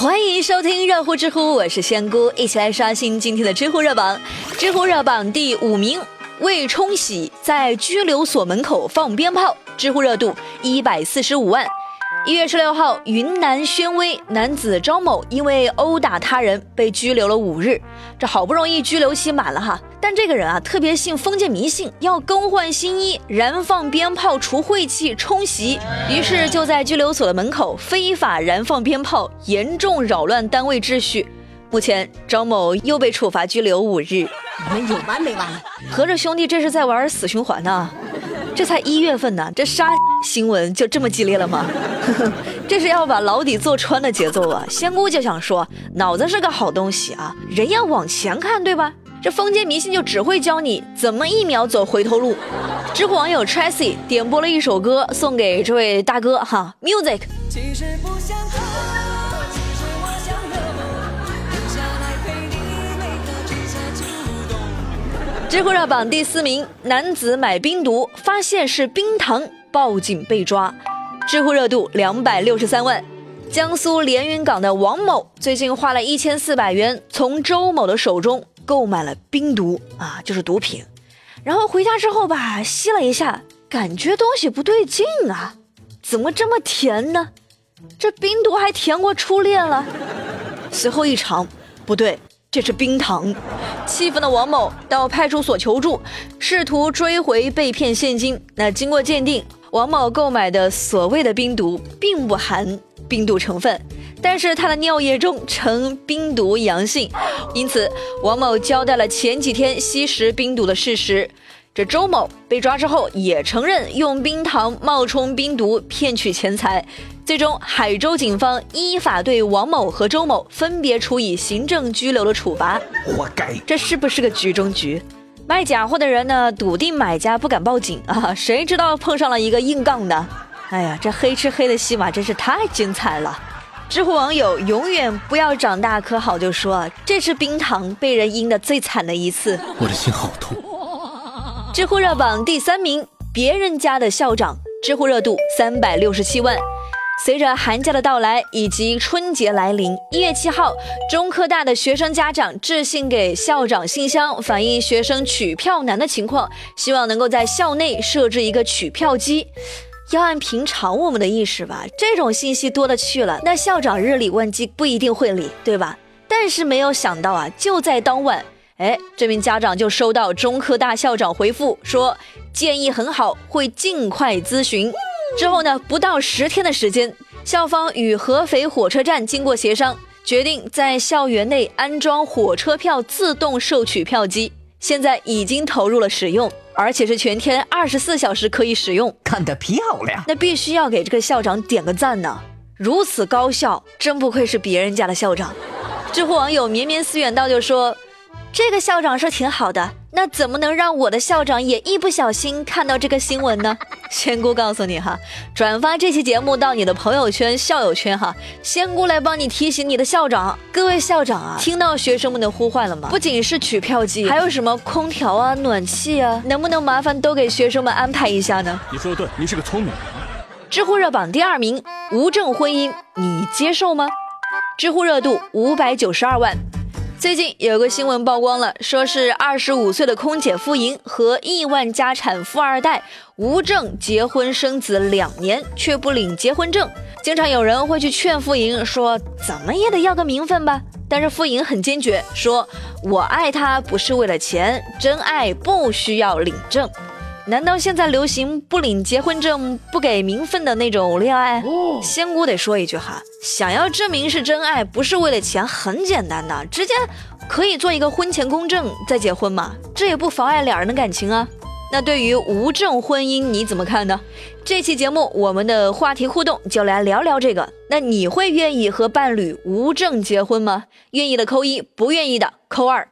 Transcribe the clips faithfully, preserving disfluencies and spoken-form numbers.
欢迎收听热乎知乎，我是仙姑，一起来刷新今天的知乎热榜。知乎热榜第五名，为冲喜在拘留所门口放鞭炮，知乎热度一百四十五万。一月十六号，云南宣威男子张某因为殴打他人被拘留了五日，这好不容易拘留期满了哈，但这个人啊特别信封建迷信，要更换新衣，燃放鞭炮除晦气冲喜，于是就在拘留所的门口非法燃放鞭炮，严重扰乱单位秩序。目前张某又被处罚拘留五日。 你们有完没完？ 合着兄弟这是在玩死循环呢？这才一月份呢，这杀新闻就这么激烈了吗？这是要把牢底坐穿的节奏啊！仙姑就想说，脑子是个好东西啊，人要往前看，对吧？这封建迷信就只会教你怎么一秒走回头路。知乎网友 Tracy 点播了一首歌送给这位大哥哈 ，Music。其实不想喝，其实我想喝，留下来陪你每个春夏秋冬。知乎热榜第四名，男子买冰毒发现是冰糖，报警被抓。知乎热度两百六十三万。江苏连云港的王某最近花了一千四百元从周某的手中购买了冰毒啊，就是毒品。然后回家之后吧，吸了一下，感觉东西不对劲啊，怎么这么甜呢？这冰毒还甜过初恋了。随后一尝，不对，这是冰糖。气愤的王某到派出所求助，试图追回被骗现金。那经过鉴定，王某购买的所谓的冰毒并不含冰毒成分，但是他的尿液中呈冰毒阳性，因此王某交代了前几天吸食冰毒的事实。这周某被抓之后也承认用冰糖冒充冰毒骗取钱财，最终海州警方依法对王某和周某分别处以行政拘留的处罚。 活该！ 这是不是个局中局？卖假货的人呢，笃定买家不敢报警啊，谁知道碰上了一个硬杠的。哎呀，这黑吃黑的戏码真是太精彩了。知乎网友永远不要长大可好就说，这是冰糖被人阴的最惨的一次。 我的心好痛。 知乎热榜第三名，别人家的校长，知乎热度三百六十七万。随着寒假的到来以及春节来临，一月七号，中科大的学生家长致信给校长信箱，反映学生取票难的情况，希望能够在校内设置一个取票机。要按平常我们的意识吧，这种信息多了去了，那校长日理万机不一定会理，对吧？但是没有想到啊，就在当晚，哎，这名家长就收到中科大校长回复说，建议很好，会尽快咨询。之后呢，不到十天的时间，校方与合肥火车站经过协商，决定在校园内安装火车票自动售取票机，现在已经投入了使用，而且是全天二十四小时可以使用。 看得漂亮， 那必须要给这个校长点个赞呢，如此高效，真不愧是别人家的校长。知乎网友绵绵思远道就说，这个校长是挺好的，那怎么能让我的校长也一不小心看到这个新闻呢？仙姑告诉你哈，转发这期节目到你的朋友圈校友圈哈，仙姑来帮你提醒你的校长。各位校长啊，听到学生们的呼唤了吗？不仅是取票机，还有什么空调啊、暖气啊，能不能麻烦都给学生们安排一下呢？ 你说的对，你是个聪明人。 知乎热榜第二名，无证婚姻你接受吗？知乎热度五百九十二万。最近有个新闻曝光了，说是二十五岁的空姐付莹和亿万家产富二代无证结婚生子两年，却不领结婚证。经常有人会去劝付莹说，怎么也得要个名分吧。但是付莹很坚决，说我爱他不是为了钱，真爱不需要领证。难道现在流行不领结婚证不给名分的那种恋爱？仙姑得说一句哈，想要证明是真爱不是为了钱很简单的，直接可以做一个婚前公证再结婚嘛，这也不妨碍两人的感情啊。那对于无证婚姻你怎么看呢？这期节目我们的话题互动就来聊聊这个，那你会愿意和伴侣无证结婚吗？愿意的扣一，不愿意的扣二。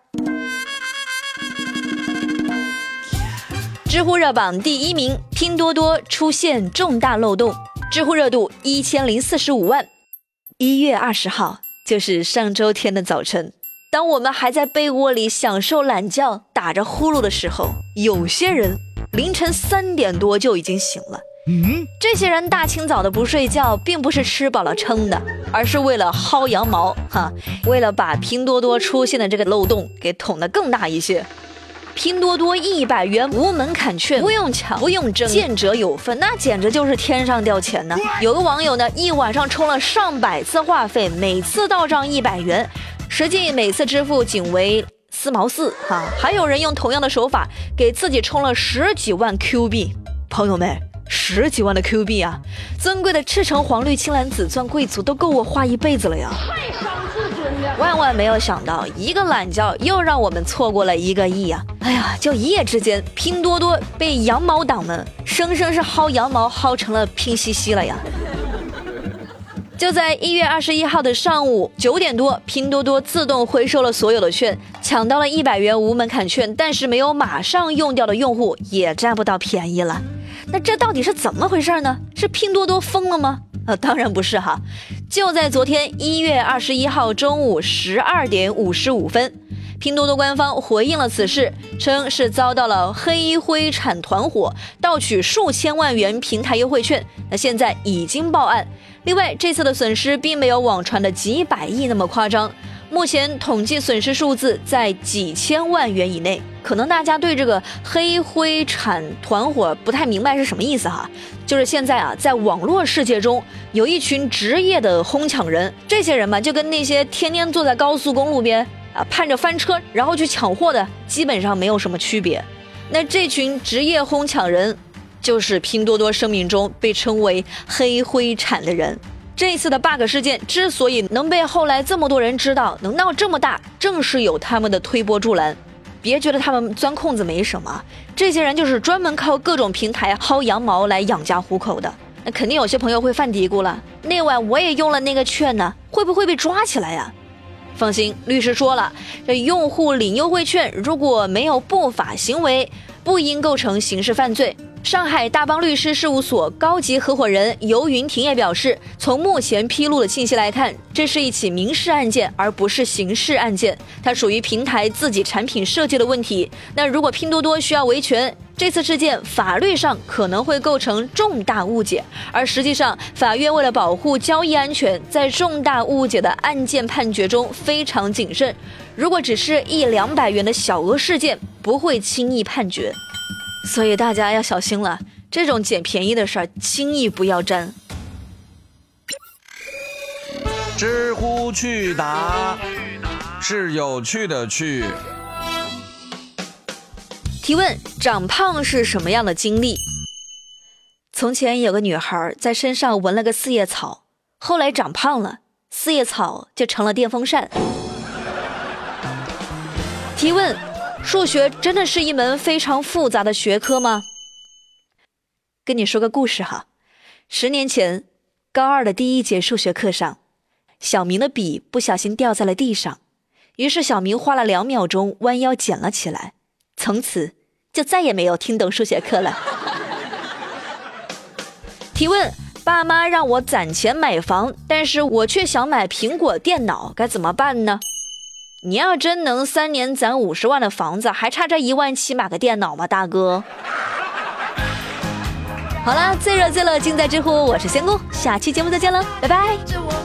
知乎热榜第一名，拼多多出现重大漏洞，知乎热度一千零四十五万。一月二十号，就是上周天的早晨，当我们还在被窝里享受懒觉打着呼噜的时候，有些人凌晨三点多就已经醒了， 嗯， 这些人大清早的不睡觉，并不是吃饱了撑的，而是为了薅羊毛哈，为了把拼多多出现的这个漏洞给捅得更大一些。拼多多一百元无门槛券，不用抢，不用争，见者有份，那简直就是天上掉钱呢。有个网友呢，一晚上充了上百次话费，每次到账一百元，实际每次支付仅为四毛四哈。还有人用同样的手法给自己充了十几万 Q 币，朋友们，十几万的 Q 币啊！尊贵的赤橙黄绿青蓝紫钻贵族都够我花一辈子了呀！太伤自尊了！万万没有想到，一个懒觉又让我们错过了一个亿啊！哎呀，就一夜之间，拼多多被羊毛党们生生是薅羊毛薅成了拼夕夕了呀！就在一月二十一号的上午九点多，拼多多自动回收了所有的券，抢到了一百元无门槛券，但是没有马上用掉的用户也占不到便宜了。那这到底是怎么回事呢？是拼多多疯了吗？呃，当然不是哈。就在昨天一月二十一号中午十二点五十五分，拼多多官方回应了此事，称是遭到了黑灰产团伙盗取数千万元平台优惠券，那现在已经报案。另外，这次的损失并没有网传的几百亿那么夸张，目前统计损失数字在几千万元以内。可能大家对这个黑灰产团伙不太明白是什么意思哈，就是现在啊，在网络世界中有一群职业的哄抢人，这些人嘛，就跟那些天天坐在高速公路边啊盼着翻车然后去抢货的基本上没有什么区别。那这群职业哄抢人就是拼多多声明中被称为黑灰产的人。这一次的 bug 事件之所以能被后来这么多人知道，能闹这么大，正是有他们的推波助澜。别觉得他们钻空子没什么，这些人就是专门靠各种平台薅羊毛来养家糊口的。那肯定有些朋友会犯嘀咕了，那晚我也用了那个券呢，会不会被抓起来呀？放心，律师说了，这用户领优惠券如果没有不法行为，不应构成刑事犯罪。上海大邦律师事务所高级合伙人游云婷也表示，从目前披露的信息来看，这是一起民事案件而不是刑事案件，它属于平台自己产品设计的问题。那如果拼多多需要维权，这次事件法律上可能会构成重大误解，而实际上法院为了保护交易安全，在重大误解的案件判决中非常谨慎，如果只是一两百元的小额事件，不会轻易判决。所以大家要小心了，这种捡便宜的事儿轻易不要沾。 知乎趣答是有趣的趣。 提问：长胖是什么样的经历？从前有个女孩在身上纹了个四叶草，后来长胖了，四叶草就成了电风扇。提问：数学真的是一门非常复杂的学科吗？跟你说个故事哈，十年前，高二的第一节数学课上，小明的笔不小心掉在了地上，于是小明花了两秒钟弯腰捡了起来，从此就再也没有听懂数学课了。提问：爸妈让我攒钱买房，但是我却想买苹果电脑，该怎么办呢？你要真能三年攒五十万的房子，还差这一万七买个电脑吗，大哥？好了，最热最乐尽在知乎，我是仙姑，下期节目再见了，拜拜。